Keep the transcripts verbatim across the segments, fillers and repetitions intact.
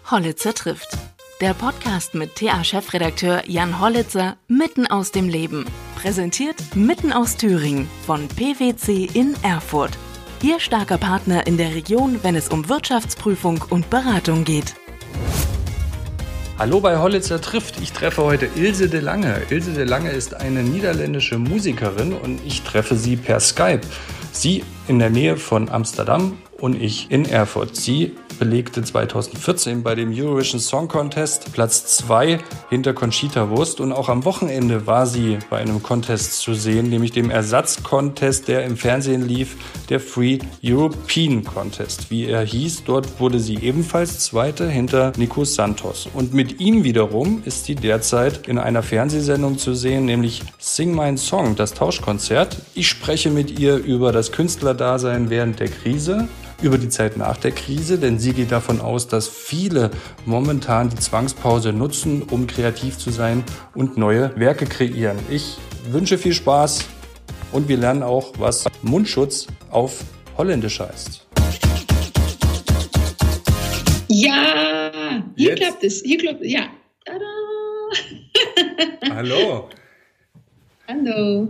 Hollitzer trifft. Der Podcast mit T A-Chefredakteur Jan Hollitzer mitten aus dem Leben. Präsentiert mitten aus Thüringen von P W C in Erfurt. Ihr starker Partner in der Region, wenn es um Wirtschaftsprüfung und Beratung geht. Hallo bei Hollitzer trifft. Ich treffe heute Ilse de Lange. Ilse de Lange ist eine niederländische Musikerin und ich treffe sie per Skype. Sie in der Nähe von Amsterdam und ich in Erfurt. Sie belegte zweitausendvierzehn bei dem Eurovision Song Contest Platz zwei hinter Conchita Wurst und auch am Wochenende war sie bei einem Contest zu sehen, nämlich dem Ersatz-Contest, der im Fernsehen lief, der Free European Contest, wie er hieß. Dort wurde sie ebenfalls Zweite hinter Nico Santos. Und mit ihm wiederum ist sie derzeit in einer Fernsehsendung zu sehen, nämlich Sing mein Song, das Tauschkonzert. Ich spreche mit ihr über das Künstlerdasein während der Krise, über die Zeit nach der Krise, denn sie geht davon aus, dass viele momentan die Zwangspause nutzen, um kreativ zu sein und neue Werke kreieren. Ich wünsche viel Spaß und wir lernen auch, was Mundschutz auf Holländisch heißt. Ja, hier Jetzt? klappt es. Hier klappt es. Ja. Tada! Hallo. Hallo.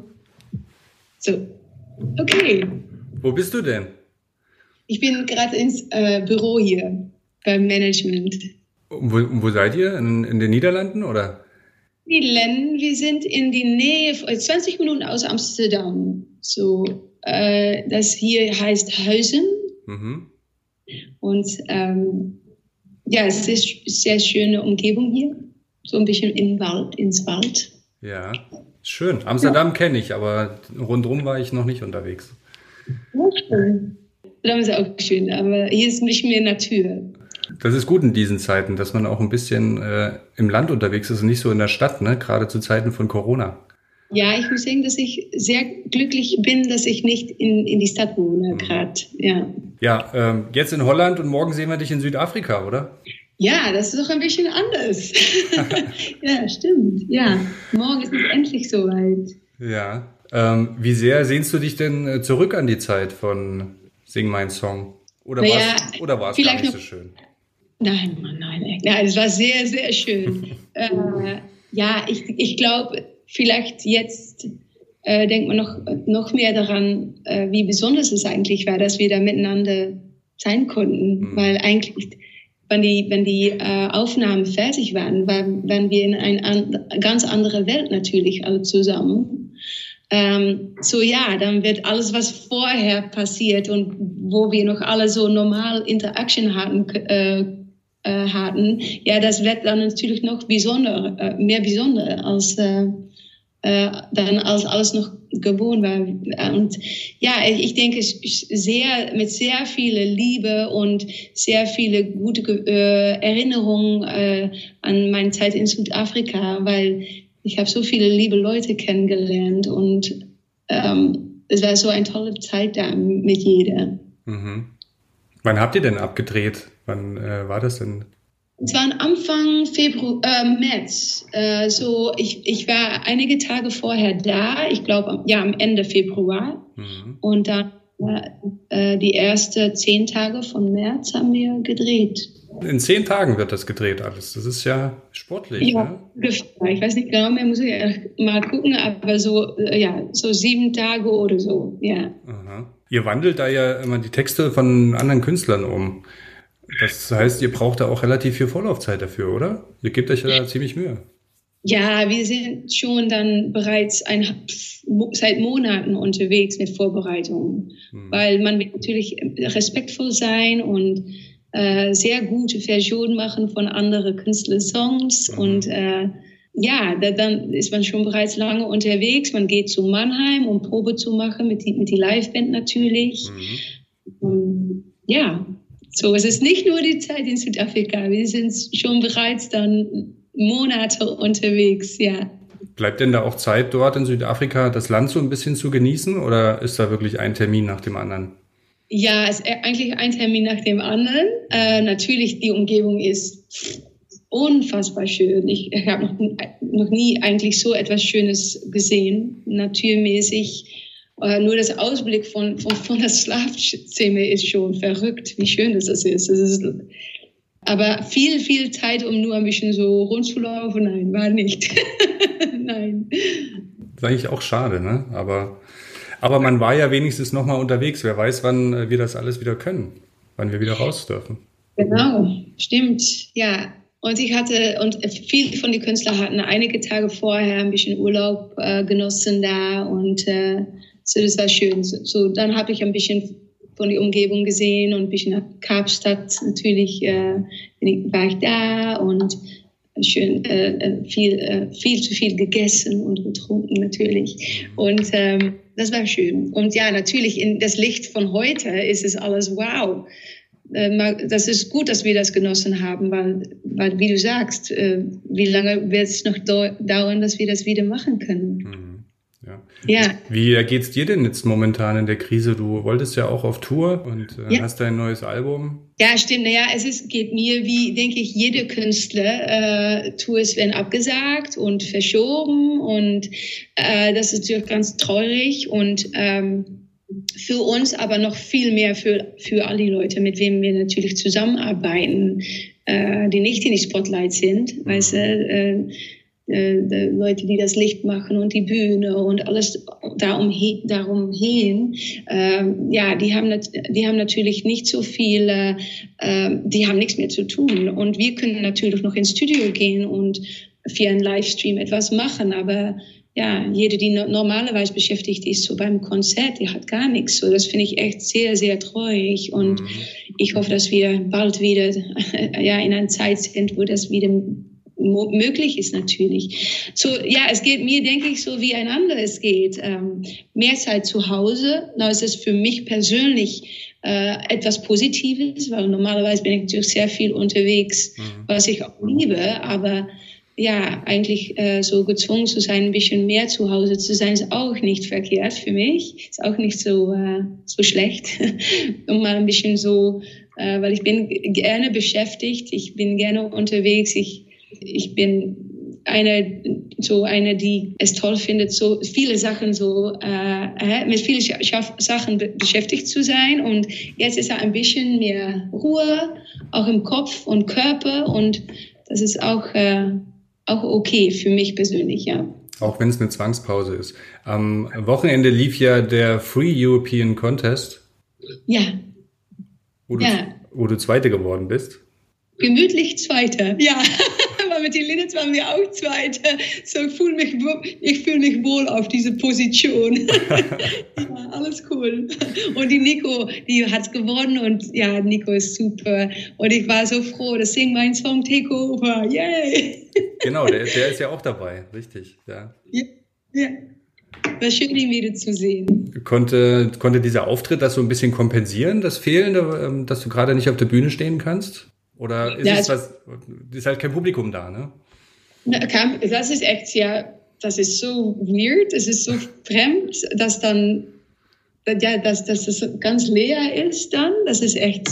So, okay. Wo bist du denn? Ich bin gerade ins äh, Büro hier beim Management. Wo, wo seid ihr? In, in den Niederlanden oder? Niederlanden. Wir sind in die Nähe, zwanzig Minuten aus Amsterdam. So, äh, das hier heißt Huizen. Mhm. Und ähm, ja, es ist eine sehr schöne Umgebung hier. So ein bisschen in Wald, ins Wald. Ja, schön. Amsterdam ja. kenne ich, aber rundherum war ich noch nicht unterwegs. Ja, schön. Das ist auch schön, aber hier ist nicht mehr Natur. Das ist gut in diesen Zeiten, dass man auch ein bisschen äh, im Land unterwegs ist und nicht so in der Stadt, ne? Gerade zu Zeiten von Corona. Ja, ich muss sagen, dass ich sehr glücklich bin, dass ich nicht in, in die Stadt wohne mhm. gerade. Ja, ja ähm, jetzt in Holland und morgen sehen wir dich in Südafrika, oder? Ja, das ist doch ein bisschen anders. Ja, stimmt. Ja, morgen ist es endlich soweit. Ja, ähm, wie sehr sehnst du dich denn zurück an die Zeit von Sing mein Song? Oder naja, war es gar nicht noch, so schön? Nein, Mann, nein, nein. Ja, es war sehr, sehr schön. äh, ja, ich, ich glaube, vielleicht jetzt äh, denkt man noch, noch mehr daran, äh, wie besonders es eigentlich war, dass wir da miteinander sein konnten. Mhm. Weil eigentlich, wenn die, wenn die äh, Aufnahmen fertig waren, waren, waren wir in eine an, ganz andere Welt natürlich alle zusammen. Ähm, so ja, dann wird alles, was vorher passiert und wo wir noch alle so normal Interaction hatten, äh, äh, hatten, ja, das wird dann natürlich noch besonder, äh, mehr besonder als äh, äh, dann als alles noch gewohnt war. Und ja, ich denke sehr mit sehr viel Liebe und sehr viele gute äh, Erinnerungen äh, an meine Zeit in Südafrika, weil ich habe so viele liebe Leute kennengelernt und ähm, es war so eine tolle Zeit da mit jeder. Mhm. Wann habt ihr denn abgedreht? Wann äh, war das denn? Es war Anfang Februar, äh, März. Äh, so ich, ich war einige Tage vorher da, ich glaube ja am Ende Februar. Mhm. Und dann äh, die ersten zehn Tage von März haben wir gedreht. In zehn Tagen wird das gedreht alles. Das ist ja sportlich. Ja, ne? Ich weiß nicht genau mehr, muss ich mal gucken, aber so, ja, so sieben Tage oder so, ja. Aha. Ihr wandelt da ja immer die Texte von anderen Künstlern um. Das heißt, ihr braucht da auch relativ viel Vorlaufzeit dafür, oder? Ihr gebt euch ja da ziemlich Mühe. Ja, wir sind schon dann bereits ein, seit Monaten unterwegs mit Vorbereitungen, hm. weil man will natürlich respektvoll sein und Äh, sehr gute Versionen machen von anderen Künstler-Songs. Mhm. Und äh, ja, da, dann ist man schon bereits lange unterwegs. Man geht zu Mannheim, um Probe zu machen, mit die, mit die Liveband natürlich. Mhm. Und, ja, so es ist nicht nur die Zeit in Südafrika. Wir sind schon bereits dann Monate unterwegs, ja. Bleibt denn da auch Zeit dort in Südafrika, das Land so ein bisschen zu genießen? Oder ist da wirklich ein Termin nach dem anderen? Ja, es ist eigentlich ein Termin nach dem anderen. Äh, natürlich, die Umgebung ist unfassbar schön. Ich, ich habe noch, noch nie eigentlich so etwas Schönes gesehen, naturmäßig. Äh, nur das Ausblick von, von, von das Schlafzimmer ist schon verrückt, wie schön das ist. Es ist aber viel, viel Zeit, um nur ein bisschen so rumzulaufen, nein, war nicht. Nein. Das ist eigentlich auch schade, ne? Aber, aber man war ja wenigstens nochmal unterwegs. Wer weiß, wann wir das alles wieder können, wann wir wieder raus dürfen. Genau, stimmt, ja. Und ich hatte, und viele von den Künstlern hatten einige Tage vorher ein bisschen Urlaub äh, genossen da und äh, so, das war schön. So, so dann habe ich ein bisschen von der Umgebung gesehen und ein bisschen nach Kapstadt natürlich äh, war ich da und schön äh, viel, äh, viel zu viel gegessen und getrunken natürlich. Und ähm, das war schön. Und ja, natürlich in das Licht von heute ist es alles wow. Das ist gut, dass wir das genossen haben, weil, weil wie du sagst, wie lange wird es noch dauern, dass wir das wieder machen können? Mhm. Ja. Ja. Wie geht's dir denn jetzt momentan in der Krise? Du wolltest ja auch auf Tour und äh, ja. hast dein neues Album. Ja, stimmt. Naja, es ist, geht mir wie, denke ich, jede Künstler. Äh, Tours werden abgesagt und verschoben und äh, das ist natürlich ganz traurig und ähm, für uns, aber noch viel mehr für, für all die Leute, mit wem wir natürlich zusammenarbeiten, äh, die nicht in die Spotlight sind, mhm. weißt du, äh, äh, Leute, die das Licht machen und die Bühne und alles darum, darum hin, äh, ja, die haben, die haben natürlich nicht so viel, äh, die haben nichts mehr zu tun und wir können natürlich noch ins Studio gehen und für einen Livestream etwas machen, aber ja, jede, die normalerweise beschäftigt ist, so beim Konzert, die hat gar nichts. So, das finde ich echt sehr, sehr traurig. Und mhm. ich hoffe, dass wir bald wieder ja, in einer Zeit sind, wo das wieder mo- möglich ist natürlich. So, ja, es geht mir, denke ich, so wie einander es geht. Ähm, mehr Zeit zu Hause. Na, es ist für mich persönlich äh, etwas Positives, weil normalerweise bin ich natürlich sehr viel unterwegs, mhm. was ich auch liebe, aber ja, eigentlich äh, so gezwungen zu sein, ein bisschen mehr zu Hause zu sein, ist auch nicht verkehrt für mich. Ist auch nicht so äh, so schlecht. Und mal ein bisschen so, äh, weil ich bin gerne beschäftigt, ich bin gerne unterwegs, ich ich bin eine so eine, die es toll findet, so viele Sachen so äh, mit vielen Schaff- Sachen be- beschäftigt zu sein. Und jetzt ist da ein bisschen mehr Ruhe, auch im Kopf und Körper, und das ist auch äh, Auch okay für mich persönlich, ja. Auch wenn es eine Zwangspause ist. Am Wochenende lief ja der Free European Contest. Ja. Wo du, ja. wo du Zweite geworden bist. Gemütlich Zweite, ja. Aber mit den Linnets waren wir auch Zweite. So ich fühle mich, ich fühle mich wohl auf diese Position. Ja, alles cool. Und die Nico, die hat's gewonnen und ja, Nico ist super. Und ich war so froh, dass sing mein Song Take Over. Yay! Genau, der, der ist ja auch dabei, richtig. Ja. Ja, ja. War schön, ihn wieder zu sehen. Konnte, konnte dieser Auftritt das so ein bisschen kompensieren, das Fehlende, dass du gerade nicht auf der Bühne stehen kannst? Oder ist ja, es was, ist halt kein Publikum da, ne? Das ist echt, ja, das ist so weird, es ist so fremd, dass dann, ja, dass, dass es ganz leer ist dann. Das ist echt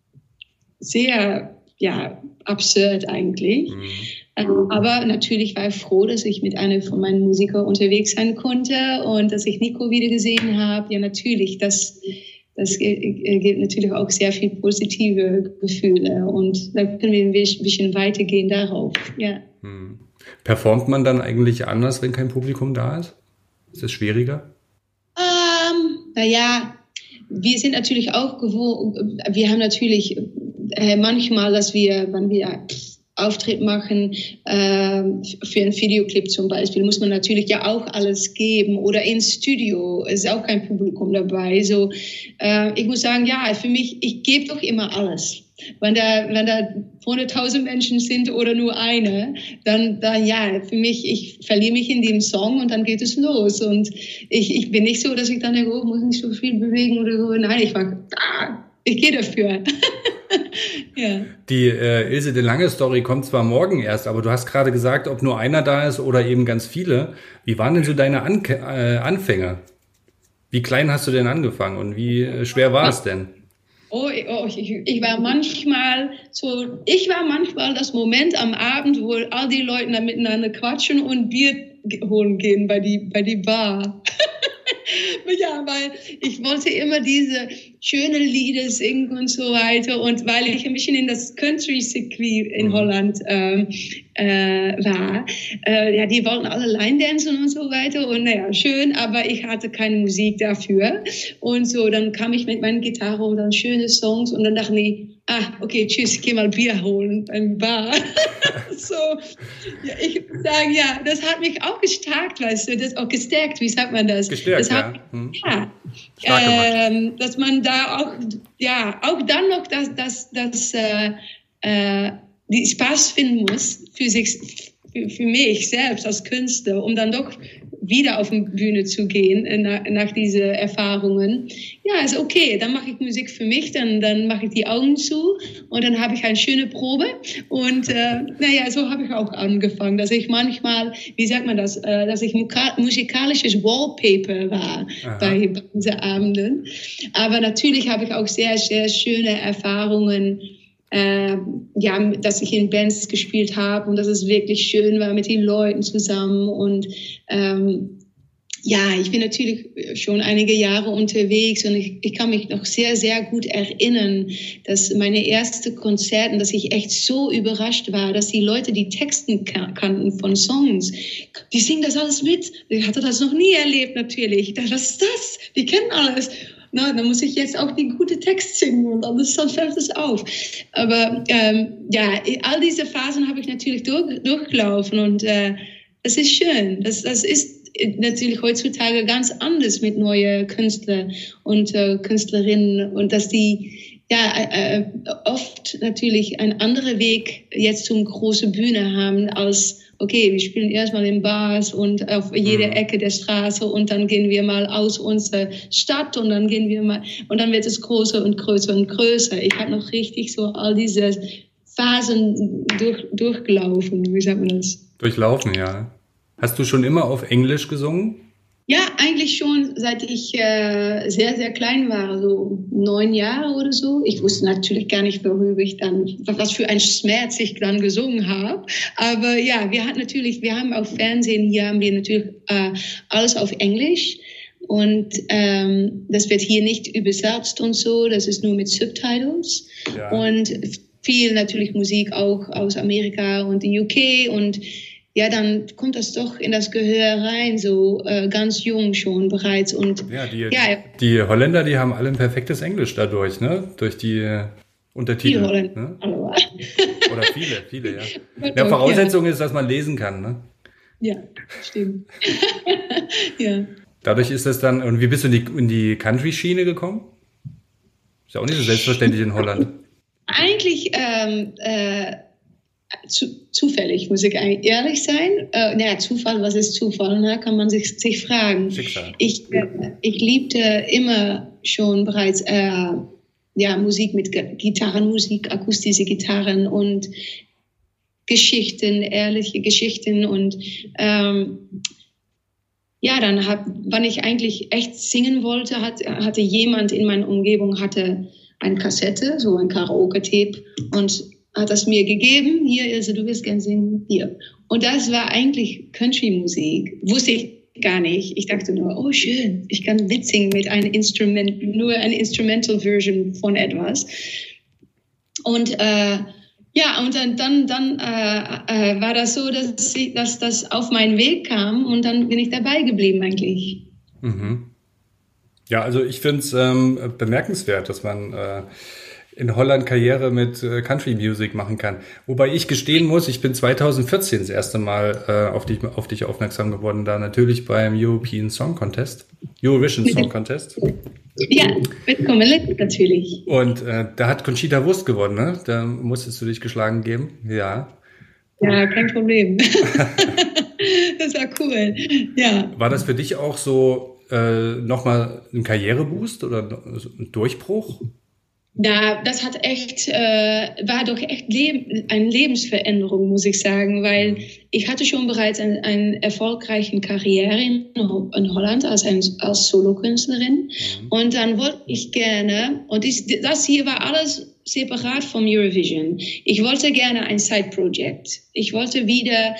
sehr, ja, absurd eigentlich. Mhm. Aber natürlich war ich froh, dass ich mit einer von meinen Musikern unterwegs sein konnte und dass ich Nico wieder gesehen habe. Ja, natürlich, das, das gibt natürlich auch sehr viel positive Gefühle und da können wir ein bisschen weitergehen darauf. Ja. Hm. Performt man dann eigentlich anders, wenn kein Publikum da ist? Ist das schwieriger? Ähm, naja, wir sind natürlich auch gewohnt, wir haben natürlich äh, manchmal, dass wir, wenn wir Auftritt machen, äh, für einen Videoclip zum Beispiel, muss man natürlich ja auch alles geben oder ins Studio, ist auch kein Publikum dabei. So, äh, ich muss sagen, ja, für mich, ich gebe doch immer alles. Wenn da, wenn da hunderttausend Menschen sind oder nur eine, dann, dann ja, für mich, ich verliere mich in dem Song und dann geht es los. Und ich, ich bin nicht so, dass ich dann denke, oh, muss nicht so viel bewegen oder so. Nein, ich mag, ah, ich gehe dafür. Ja. Die äh, Ilse de Lange Story kommt zwar morgen erst, aber du hast gerade gesagt, ob nur einer da ist oder eben ganz viele. Wie waren denn so deine An- äh, Anfänge? Wie klein hast du denn angefangen und wie äh, schwer war es denn? Oh, oh ich, ich war manchmal so, ich war manchmal das Moment am Abend, wo all die Leute da miteinander quatschen und Bier holen gehen bei die, bei die Bar. Ja, weil ich wollte immer diese schönen Lieder singen und so weiter. Und weil ich ein bisschen in das Country-Circuit in Holland ähm, äh, war, äh, ja, die wollten alle Line-Dancen und so weiter. Und naja, schön, aber ich hatte keine Musik dafür. Und so, dann kam ich mit meiner Gitarre und dann schöne Songs. Und dann dachten die, ah, okay, tschüss, ich geh mal Bier holen beim Bar. So, ja, ich würde sagen, ja, das hat mich auch gestärkt, weißt du, das auch gestärkt, wie sagt man das? Gestärkt, das hat, ja. Hm. Ja, Stark ähm, dass man da auch, ja, auch dann noch, dass, dass, dass äh, äh, die Spaß finden muss für sich, für, für mich selbst als Künstler, um dann doch wieder auf die Bühne zu gehen nach, nach diesen Erfahrungen. Ja, ist okay, dann mache ich Musik für mich, dann, dann mache ich die Augen zu und dann habe ich eine schöne Probe. Und äh, naja, so habe ich auch angefangen, dass ich manchmal, wie sagt man das, äh, dass ich musikalisches Wallpaper war bei, bei diesen Abenden. Aber natürlich habe ich auch sehr, sehr schöne Erfahrungen, Äh, ja, dass ich in Bands gespielt habe und dass es wirklich schön war mit den Leuten zusammen. Und ähm, ja, ich bin natürlich schon einige Jahre unterwegs und ich, ich kann mich noch sehr, sehr gut erinnern, dass meine ersten Konzerte, dass ich echt so überrascht war, dass die Leute die Texten kan- kannten von Songs. Die singen das alles mit. Ich hatte das noch nie erlebt, natürlich. Ich dachte, was ist das? Die kennen alles. Na, dann muss ich jetzt auch die gute Text singen und alles, dann fällt es auf. Aber ähm, ja, all diese Phasen habe ich natürlich durch, durchgelaufen und äh, das ist schön. Das, das ist natürlich heutzutage ganz anders mit neuen Künstlern und äh, Künstlerinnen und dass die ja äh, oft natürlich einen anderen Weg jetzt zum großen Bühne haben als okay, wir spielen erstmal in Bars und auf jeder Ecke der Straße und dann gehen wir mal aus unserer Stadt und dann gehen wir mal und dann wird es größer und größer und größer. Ich habe noch richtig so all diese Phasen durch, durchgelaufen, wie sagt man das? Durchlaufen, ja. Hast du schon immer auf Englisch gesungen? Ja, eigentlich schon, seit ich äh, sehr, sehr klein war, so neun Jahre oder so. Ich wusste natürlich gar nicht, worüber ich dann, was für ein Schmerz ich dann gesungen habe. Aber ja, wir hatten natürlich, wir haben auf Fernsehen, hier haben wir natürlich äh, alles auf Englisch. Und ähm, das wird hier nicht übersetzt und so, das ist nur mit Subtitles. Ja. Und viel natürlich Musik auch aus Amerika und den U K und ja, dann kommt das doch in das Gehör rein, so äh, ganz jung schon bereits. Und ja, die, ja, die Holländer, die haben alle ein perfektes Englisch dadurch, ne? Durch die äh, Untertitel. Viele Holländer. Ne? Oder viele, viele, ja. Der Voraussetzung ja. ist, dass man lesen kann, ne? Ja, stimmt. Ja. Dadurch ist das dann, und wie bist du in die, in die Country-Schiene gekommen? Ist ja auch nicht so selbstverständlich in Holland. Eigentlich, ähm, äh, Zu, zufällig, muss ich eigentlich ehrlich sein. Äh, naja, Zufall, was ist Zufall? Ne? Kann man sich, sich fragen. Schicksal. Ich, äh, ich liebte immer schon bereits äh, ja, Musik mit Gitarrenmusik, akustische Gitarren und Geschichten, ehrliche Geschichten. Und ähm, ja, dann, hab, wann ich eigentlich echt singen wollte, hat, hatte jemand in meiner Umgebung hatte eine Kassette, so ein Karaoke-Tape und hat das mir gegeben, hier Ilse, du willst gern singen, hier. Und das war eigentlich Country-Musik, wusste ich gar nicht. Ich dachte nur, oh schön, ich kann mitsingen mit einem Instrument, nur eine Instrumental-Version von etwas. Und äh, ja, und dann, dann, dann äh, äh, war das so, dass, ich, dass das auf meinen Weg kam und dann bin ich dabei geblieben eigentlich. Mhm. Ja, also ich finde es ähm, bemerkenswert, dass man äh, in Holland Karriere mit äh, Country Music machen kann. Wobei ich gestehen muss, ich bin zweitausendvierzehn das erste Mal äh, auf dich, auf dich aufmerksam geworden, da natürlich beim European Song Contest, Eurovision Song Contest. Ja, mit Kommelet natürlich. Und äh, da hat Conchita Wurst gewonnen, ne? Da musstest du dich geschlagen geben. Ja. Ja, kein Problem. Das war cool. Ja. War das für dich auch so äh, nochmal ein Karriereboost oder ein Durchbruch? Na, das hat echt, äh, war doch echt Leb- eine Lebensveränderung, muss ich sagen, weil ich hatte schon bereits eine ein erfolgreiche Karriere in, in Holland als, ein, als Solokünstlerin. Mhm. Und dann wollte ich gerne, und dies, das hier war alles separat vom Eurovision. Ich wollte gerne ein Side-Project. Ich wollte wieder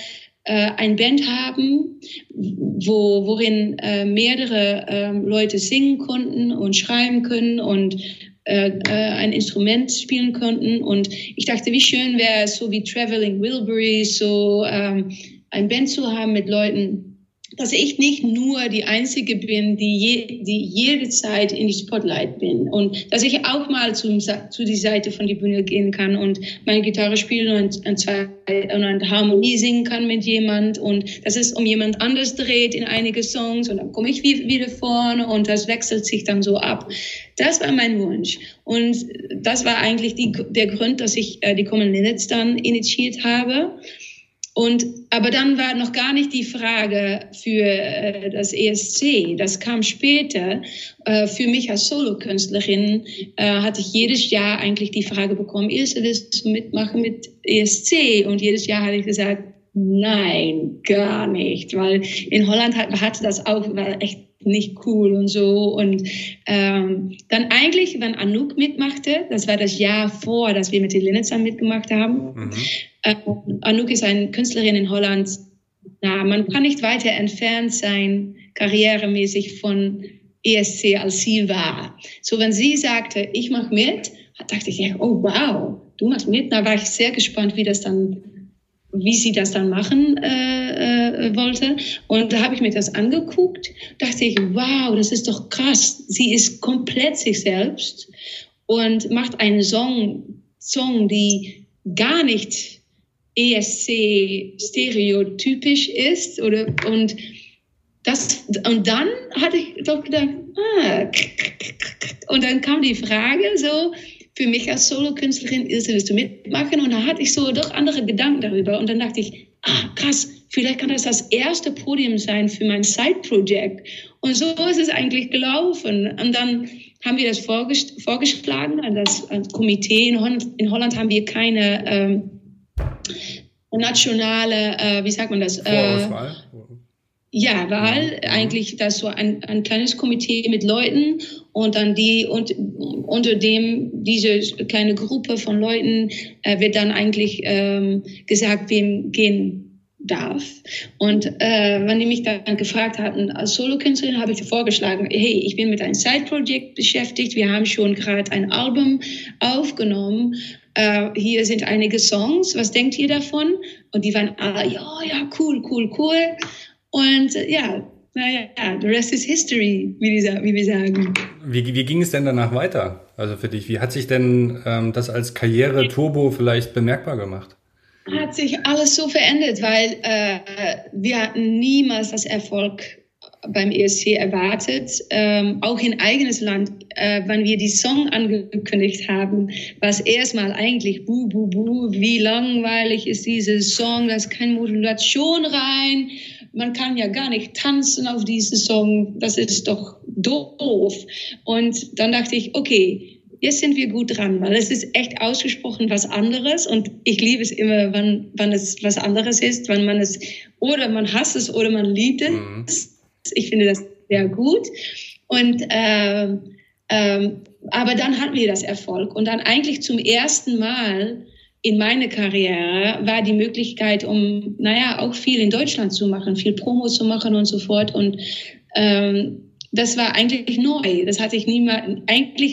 äh, eine Band haben, wo, worin äh, mehrere äh, Leute singen konnten und schreiben können und äh, äh, ein Instrument spielen konnten. Und ich dachte, wie schön wäre es, so wie Traveling Wilburys, so ähm, ein Band zu haben mit Leuten, dass ich nicht nur die Einzige bin, die, je, die jede Zeit in die Spotlight bin und dass ich auch mal zum, zu die Seite von der Bühne gehen kann und meine Gitarre spielen und, und, zwei, und eine Harmonie singen kann mit jemand und dass es um jemand anders dreht in einige Songs und dann komme ich wieder vorne und das wechselt sich dann so ab. Das war mein Wunsch und das war eigentlich die, der Grund, dass ich äh, die Common Linnets dann initiiert habe. Und, aber dann war noch gar nicht die Frage für äh, das E S C. Das kam später. Äh, für mich als Solokünstlerin äh, hatte ich jedes Jahr eigentlich die Frage bekommen, Ilse, willst du mitmachen mit E S C? Und jedes Jahr hatte ich gesagt, nein, gar nicht. Weil in Holland hat, hatte das auch, war echt nicht cool und so. Und ähm, dann eigentlich, wenn Anouk mitmachte, das war das Jahr vor, dass wir mit den Linnets mitgemacht haben. Mhm. Äh, Anouk ist eine Künstlerin in Holland. Na, man kann nicht weiter entfernt sein, karrieremäßig von E S C, als sie war. So, wenn sie sagte, ich mache mit, dachte ich, oh wow, du machst mit. Da war ich sehr gespannt, wie das dann wie sie das dann machen äh, äh, wollte. Und da habe ich mir das angeguckt, dachte ich, wow, das ist doch krass. Sie ist komplett sich selbst und macht einen Song, Song die gar nicht E S C-stereotypisch ist. Oder, und, das, und dann hatte ich doch gedacht, ah, und dann kam die Frage so, für mich als Solokünstlerin, Ilse, willst du mitmachen? Und da hatte ich so doch andere Gedanken darüber. Und dann dachte ich, ah, krass, vielleicht kann das das erste Podium sein für mein Side-Project. Und so ist es eigentlich gelaufen. Und dann haben wir das vorges- vorgeschlagen an das, an das Komitee. In Holland, in Holland haben wir keine ähm, nationale, äh, wie sagt man das? Vorauswahl? Äh, Ja, Wahl, mhm. eigentlich das so ein, ein kleines Komitee mit Leuten und dann die und unter dem diese kleine Gruppe von Leuten äh, wird dann eigentlich ähm, gesagt, wem gehen darf. Und äh, wenn die mich dann gefragt hatten, als Solokünstlerin, habe ich vorgeschlagen, hey, ich bin mit einem Side-Project beschäftigt, wir haben schon gerade ein Album aufgenommen, äh, hier sind einige Songs, was denkt ihr davon? Und die waren alle, ja, ja, cool, cool, cool. Und äh, ja, naja, the rest is history, wie, die, wie wir sagen. Wie, wie ging es denn danach weiter? Also für dich, wie hat sich denn ähm, das als Karriere-Turbo vielleicht bemerkbar gemacht? Hat sich alles so verändert, weil äh, wir hatten niemals das Erfolg beim E S C erwartet. Ähm, auch in eigenes Land, äh, wenn wir die Song angekündigt haben, war es erstmal eigentlich buh, buh, buh, wie langweilig ist dieses Song, da ist keine Modulation rein. Man kann ja gar nicht tanzen auf diesen Song, das ist doch doof. Und dann dachte ich, okay, jetzt sind wir gut dran, weil es ist echt ausgesprochen was anderes und ich liebe es immer, wenn, wenn es was anderes ist, wenn man es, oder man hasst es oder man liebt es. Mhm. Ich finde das sehr gut. Und, äh, äh, aber dann hatten wir das Erfolg und dann eigentlich zum ersten Mal in meiner Karriere war die Möglichkeit, um, naja, auch viel in Deutschland zu machen, viel Promo zu machen und so fort. Und ähm, das war eigentlich neu. Das hatte ich nie mal, eigentlich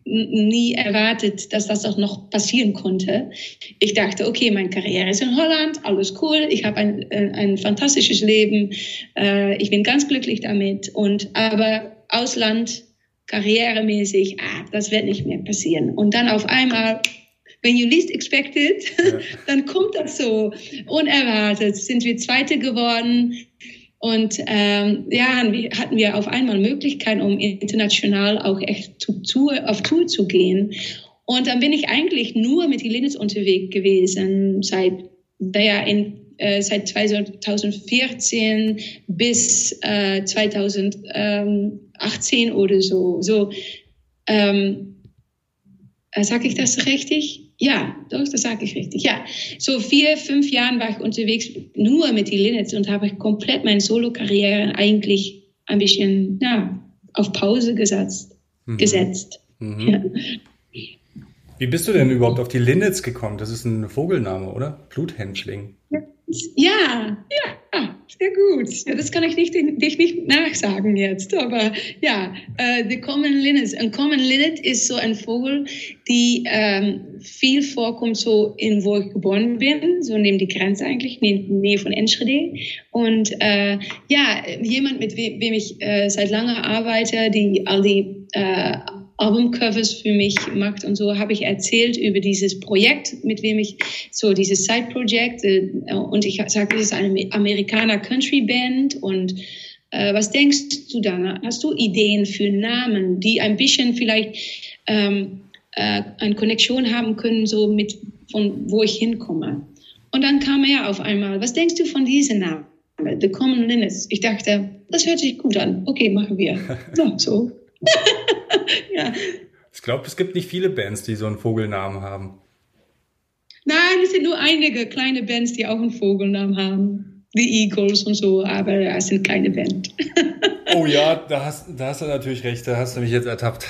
nie erwartet, dass das auch noch passieren konnte. Ich dachte, okay, meine Karriere ist in Holland, alles cool, ich habe ein, ein fantastisches Leben, äh, ich bin ganz glücklich damit. Und aber Ausland, karrieremäßig, ah, das wird nicht mehr passieren. Und dann auf einmal, when you least expect it, ja. Dann kommt das so unerwartet. Sind wir Zweite geworden und ähm, ja, hatten wir auf einmal Möglichkeiten, um international auch echt zu, zu, auf Tour zu gehen. Und dann bin ich eigentlich nur mit den Linnets unterwegs gewesen seit, naja, in, äh, seit zweitausendvierzehn bis äh, zweitausendachtzehn oder so. So ähm, äh, sag ich das richtig? Ja, doch, das sage ich richtig. Ja, so vier, fünf Jahren war ich unterwegs nur mit den Linnets und habe komplett meine Solo-Karriere eigentlich ein bisschen ja, auf Pause gesetzt. Mhm. gesetzt. Mhm. Ja. Wie bist du denn überhaupt auf die Linnets gekommen? Das ist ein Vogelname, oder? Bluthändling. Ja, ja, sehr gut. Ja, das kann ich nicht, dich nicht nachsagen jetzt, aber ja, äh, the Common Linnet. Ein Common Linnet ist so ein Vogel, die ähm, viel vorkommt, so in wo ich geboren bin, so neben die Grenze eigentlich, in der Nähe von Enschede. Und äh, ja, jemand, mit we wem ich äh, seit langer arbeite, die all die äh, Albumcovers für mich macht und so, habe ich erzählt über dieses Projekt, mit wem ich, so dieses Side-Project, äh, und ich sage, das ist eine Amerikaner Country Band und äh, was denkst du da? Hast du Ideen für Namen, die ein bisschen vielleicht ähm, äh, eine Connection haben können, so mit, von wo ich hinkomme? Und dann kam er auf einmal, was denkst du von diesem Namen? The Common Linnets. Ich dachte, das hört sich gut an. Okay, machen wir. So, so. Ja. Ich glaube, es gibt nicht viele Bands, die so einen Vogelnamen haben. Nein, es sind nur einige kleine Bands, die auch einen Vogelnamen haben. Die Eagles und so, aber es sind kleine Band. Oh ja, da hast, da hast du natürlich recht, da hast du mich jetzt ertappt.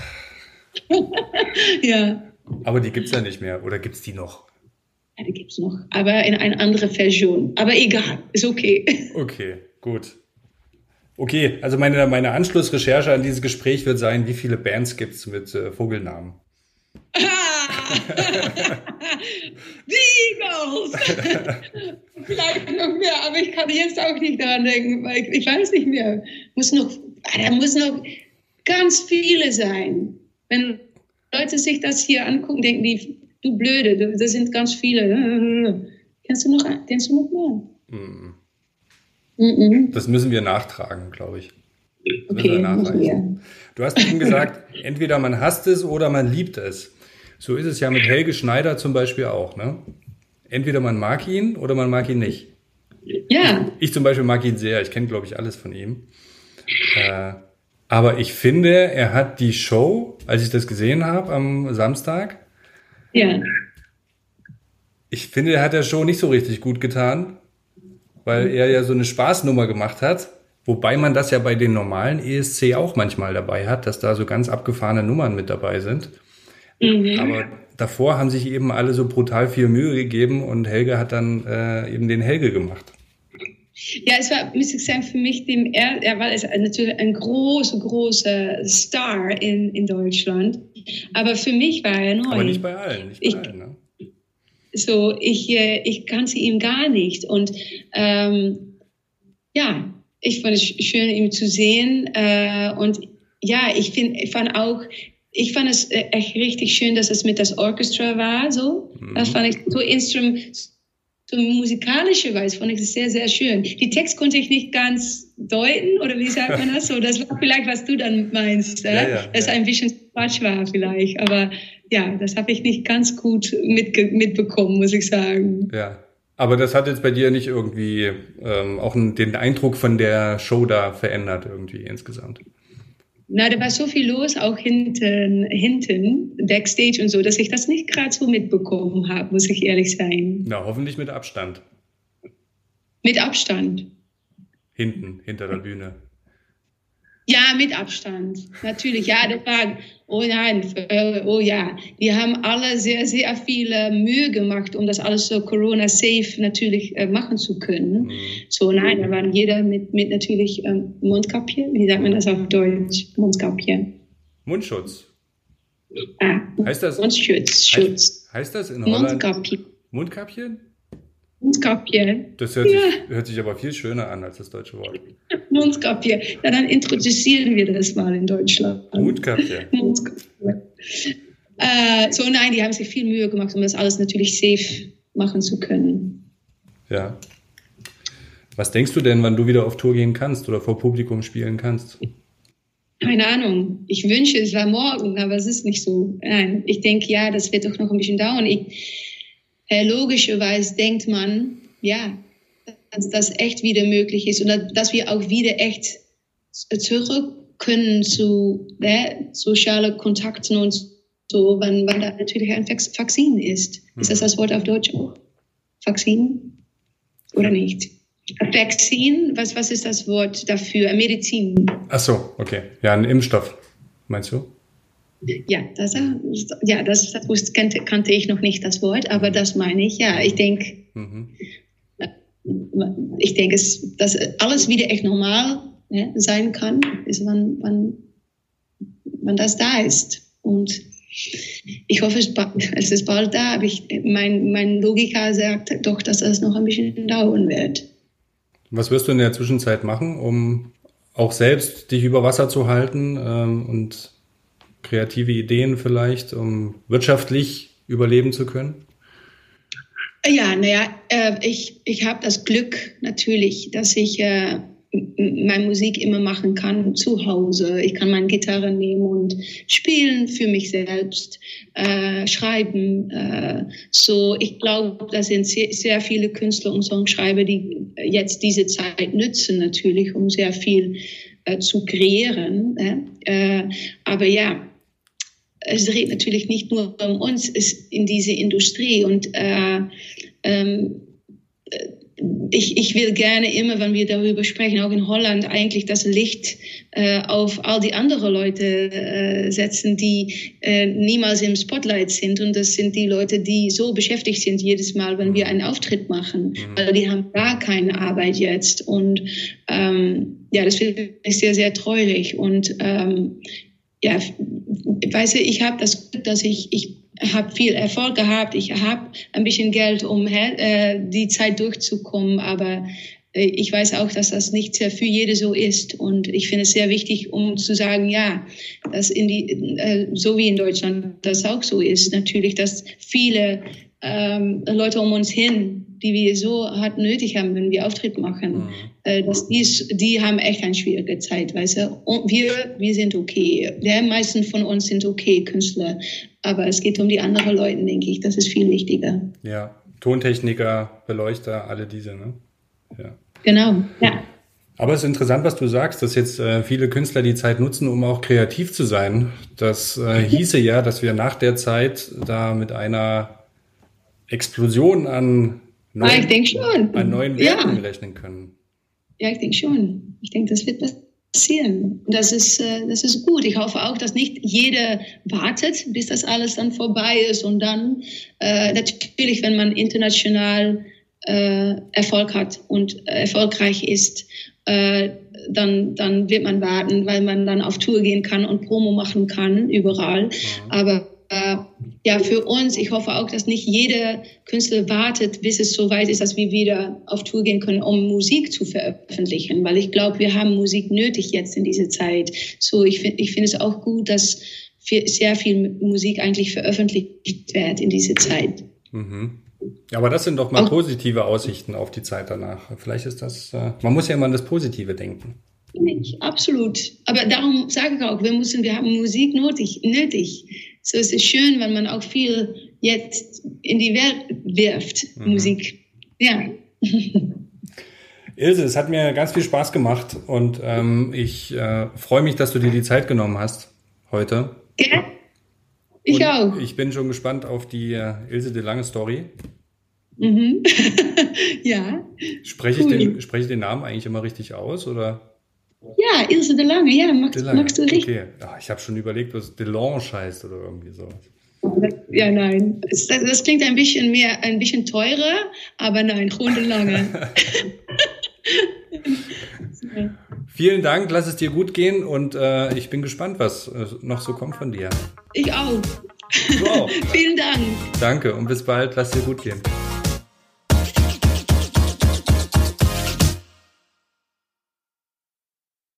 Ja. Aber die gibt es ja nicht mehr, oder gibt es die noch? Ja, die gibt es noch, aber in einer anderen Version. Aber egal, ist okay. Okay, gut. Okay, also meine, meine Anschlussrecherche an dieses Gespräch wird sein, wie viele Bands gibt es mit äh, Vogelnamen? Ah! Die Eagles! Vielleicht noch mehr, aber ich kann jetzt auch nicht daran denken, weil ich, ich weiß nicht mehr. Muss noch, da muss noch ganz viele sein. Wenn Leute sich das hier angucken, denken die, du Blöde, das sind ganz viele. Kennst du noch, kennst du noch mehr? Mm. Mm-mm. Das müssen wir nachtragen, glaube ich. Das okay, müssen wir nachreichen. Du hast eben gesagt, entweder man hasst es oder man liebt es. So ist es ja mit Helge Schneider zum Beispiel auch, ne? Entweder man mag ihn oder man mag ihn nicht. Ja. Ich, ich zum Beispiel mag ihn sehr. Ich kenne, glaube ich, alles von ihm. Äh, aber ich finde, er hat die Show, als ich das gesehen habe am Samstag, ja. ich finde, er hat der Show nicht so richtig gut getan, weil er ja so eine Spaßnummer gemacht hat. Wobei man das ja bei den normalen E S C auch manchmal dabei hat, dass da so ganz abgefahrene Nummern mit dabei sind. Mhm. Aber davor haben sich eben alle so brutal viel Mühe gegeben und Helge hat dann äh, eben den Helge gemacht. Ja, es war, muss ich sagen, für mich, dem, er, er war natürlich ein großer, großer Star in, in Deutschland. Aber für mich war er neu. Aber nicht bei allen, nicht bei ich, allen, ne? So, ich, ich kannte ihn gar nicht. Und ähm, ja, ich fand es schön, ihn zu sehen. Äh, und ja, ich, find, ich fand auch, ich fand es echt richtig schön, dass es mit das Orchester war. So, mhm. Das fand ich so Instrument, so musikalische Weise fand ich es sehr, sehr schön. Die Text konnte ich nicht ganz deuten, oder wie sagt man das so? Das war vielleicht, was du dann meinst, äh? ja, ja, dass ja. ein bisschen Quatsch war vielleicht. Aber ja, das habe ich nicht ganz gut mitge- mitbekommen, muss ich sagen. Ja. Aber das hat jetzt bei dir nicht irgendwie ähm, auch den Eindruck von der Show da verändert irgendwie insgesamt? Na, da war so viel los, auch hinten, hinten, Backstage und so, dass ich das nicht gerade so mitbekommen habe, muss ich ehrlich sein. Na, hoffentlich mit Abstand. Mit Abstand. Hinten, hinter der Bühne. Ja, mit Abstand, natürlich. Ja, das war, oh nein, oh ja. Die haben alle sehr, sehr viel Mühe gemacht, um das alles so Corona-safe natürlich äh, machen zu können. Mhm. So, nein, da waren jeder mit, mit natürlich ähm, Mundkappe. Wie sagt man das auf Deutsch? Mundkappe. Mundschutz. Ah, heißt das? Mundschutz. Schutz. Heißt, heißt das in Holland? Mundkappe. Mundkappchen? Mundkappe. Das hört, ja. sich, hört sich aber viel schöner an als das deutsche Wort. Mundkappe. Ja, dann introduzieren wir das mal in Deutschland. Mundkappe. Mundkappe. Äh, so, nein, die haben sich viel Mühe gemacht, um das alles natürlich safe machen zu können. Ja. Was denkst du denn, wann du wieder auf Tour gehen kannst oder vor Publikum spielen kannst? Keine Ahnung. Ich wünsche, es war morgen, aber es ist nicht so. Nein, ich denke, ja, das wird doch noch ein bisschen dauern. Ich, äh, logischerweise denkt man, ja, dass das echt wieder möglich ist und dass wir auch wieder echt zurück können zu äh, sozialen Kontakten und so, wenn, wenn da natürlich ein Vakzin ist. Mhm. Ist das das Wort auf Deutsch auch? Vakzin? Oder nicht? Vakzin? Was, was ist das Wort dafür? Medizin. Ach so, okay. Ja, ein Impfstoff, meinst du? Ja, das, ja, das, das kannte, kannte ich noch nicht, das Wort, aber das meine ich. Ja, ich denke, mhm. ich denke, dass alles wieder echt normal, ja, sein kann, ist, wann, wann, wann das da ist. Und ich hoffe, es, es ist bald da, aber ich, mein, mein Logiker sagt doch, dass das noch ein bisschen dauern wird. Was wirst du in der Zwischenzeit machen, um auch selbst dich über Wasser zu halten ähm, und kreative Ideen vielleicht, um wirtschaftlich überleben zu können? Ja, naja, äh, ich, ich habe das Glück natürlich, dass ich äh, meine Musik immer machen kann zu Hause. Ich kann meine Gitarre nehmen und spielen für mich selbst, äh, schreiben. Äh, so, ich glaube, da sind sehr, sehr viele Künstler und Songschreiber, die jetzt diese Zeit nutzen natürlich, um sehr viel äh, zu kreieren. Äh, aber ja, es dreht natürlich nicht nur um uns in diese Industrie und äh, ähm, ich, ich will gerne immer, wenn wir darüber sprechen, auch in Holland eigentlich das Licht äh, auf all die anderen Leute äh, setzen, die äh, niemals im Spotlight sind. Und das sind die Leute, die so beschäftigt sind jedes Mal, wenn wir einen Auftritt machen, mhm. weil die haben gar keine Arbeit jetzt. Und ähm, ja, das finde ich sehr, sehr traurig. Und ähm, ja, weißt du, ich habe das Glück, dass ich, ich habe viel Erfolg gehabt, ich habe ein bisschen Geld, um äh, die Zeit durchzukommen, aber äh, ich weiß auch, dass das nicht für jede so ist und ich finde es sehr wichtig, um zu sagen, ja, dass in die, äh, so wie in Deutschland das auch so ist, natürlich, dass viele ähm, Leute um uns hin, die wir so hart nötig haben, wenn wir Auftritt machen, mhm. äh, dass die, die haben echt eine schwierige Zeit, weißt du. Und wir, wir sind okay. Die meisten von uns sind okay, Künstler. Aber es geht um die anderen Leute, denke ich. Das ist viel wichtiger. Ja, Tontechniker, Beleuchter, alle diese, ne? Ja. Genau, ja. Aber es ist interessant, was du sagst, dass jetzt äh, viele Künstler die Zeit nutzen, um auch kreativ zu sein. Das äh, hieße ja, dass wir nach der Zeit da mit einer Explosion an neuen, ah, ich denke schon. an neuen Werken ja. rechnen können. Ja, ich denke schon. Ich denke, das wird passieren. Und das ist, äh, das ist gut. Ich hoffe auch, dass nicht jeder wartet, bis das alles dann vorbei ist. Und dann, äh, natürlich, wenn man international äh, Erfolg hat und äh, erfolgreich ist, äh, dann, dann wird man warten, weil man dann auf Tour gehen kann und Promo machen kann, überall. Ja. Aber äh, ja, für uns, ich hoffe auch, dass nicht jeder Künstler wartet, bis es so weit ist, dass wir wieder auf Tour gehen können, um Musik zu veröffentlichen, weil ich glaube, wir haben Musik nötig jetzt in dieser Zeit. So, ich finde ich finde es auch gut, dass sehr viel Musik eigentlich veröffentlicht wird in dieser Zeit. Mhm. Aber das sind doch mal positive Aussichten auf die Zeit danach. Vielleicht ist das, äh, man muss ja immer an das Positive denken. Absolut. Aber darum sage ich auch, wir müssen, wir haben Musik nötig, nötig. So ist es schön, wenn man auch viel jetzt in die Welt wirft, mhm. Musik. Ja. Ilse, es hat mir ganz viel Spaß gemacht und ähm, ich äh, freue mich, dass du dir die Zeit genommen hast heute. Ja, ich und auch. Ich bin schon gespannt auf die äh, Ilse de Lange Story. Mhm. Ja. Spreche ich, cool. den, spreche ich den Namen eigentlich immer richtig aus, oder? Ja, Ilse de Lange, ja, magst, de Lange. magst du richtig. Okay, Ach, ich habe schon überlegt, was Delange heißt oder irgendwie so. Ja, nein, das, das klingt ein bisschen mehr, ein bisschen teurer, aber nein, Runde Lange. Vielen Dank, lass es dir gut gehen und äh, ich bin gespannt, was äh, noch so kommt von dir. Ich auch. Du auch. Vielen Dank. Danke und bis bald, lass es dir gut gehen.